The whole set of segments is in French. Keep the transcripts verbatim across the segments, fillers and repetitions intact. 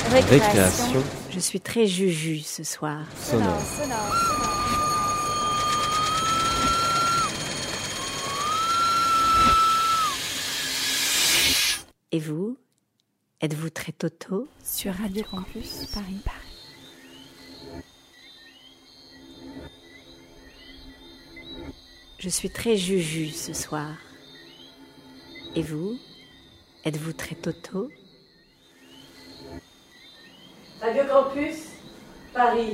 Récréation. Je suis très juju ce soir. Sonore. Et vous? Êtes-vous très toto? Sur Radio Campus Paris. Je suis très juju ce soir. Et vous? Êtes-vous très toto? Radio Campus Paris.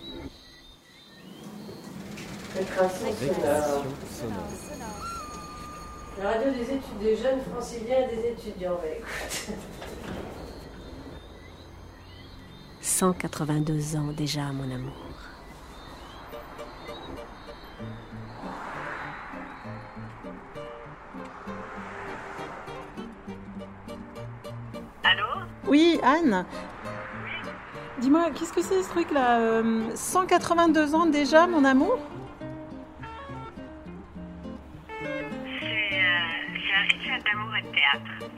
Récréation sonore. sonore. La radio des études des jeunes franciliens et des étudiants. Bah, écoute. cent quatre-vingt-deux ans déjà, mon amour. Allô? Oui, Anne. Dis-moi, qu'est-ce que c'est ce truc-là euh, cent quatre-vingt-deux ans déjà, mon amour? C'est euh, c'est un rituel d'amour et de théâtre.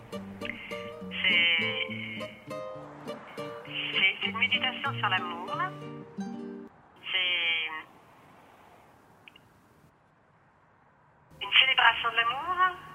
C'est c'est c'est une méditation sur l'amour. C'est une célébration de l'amour.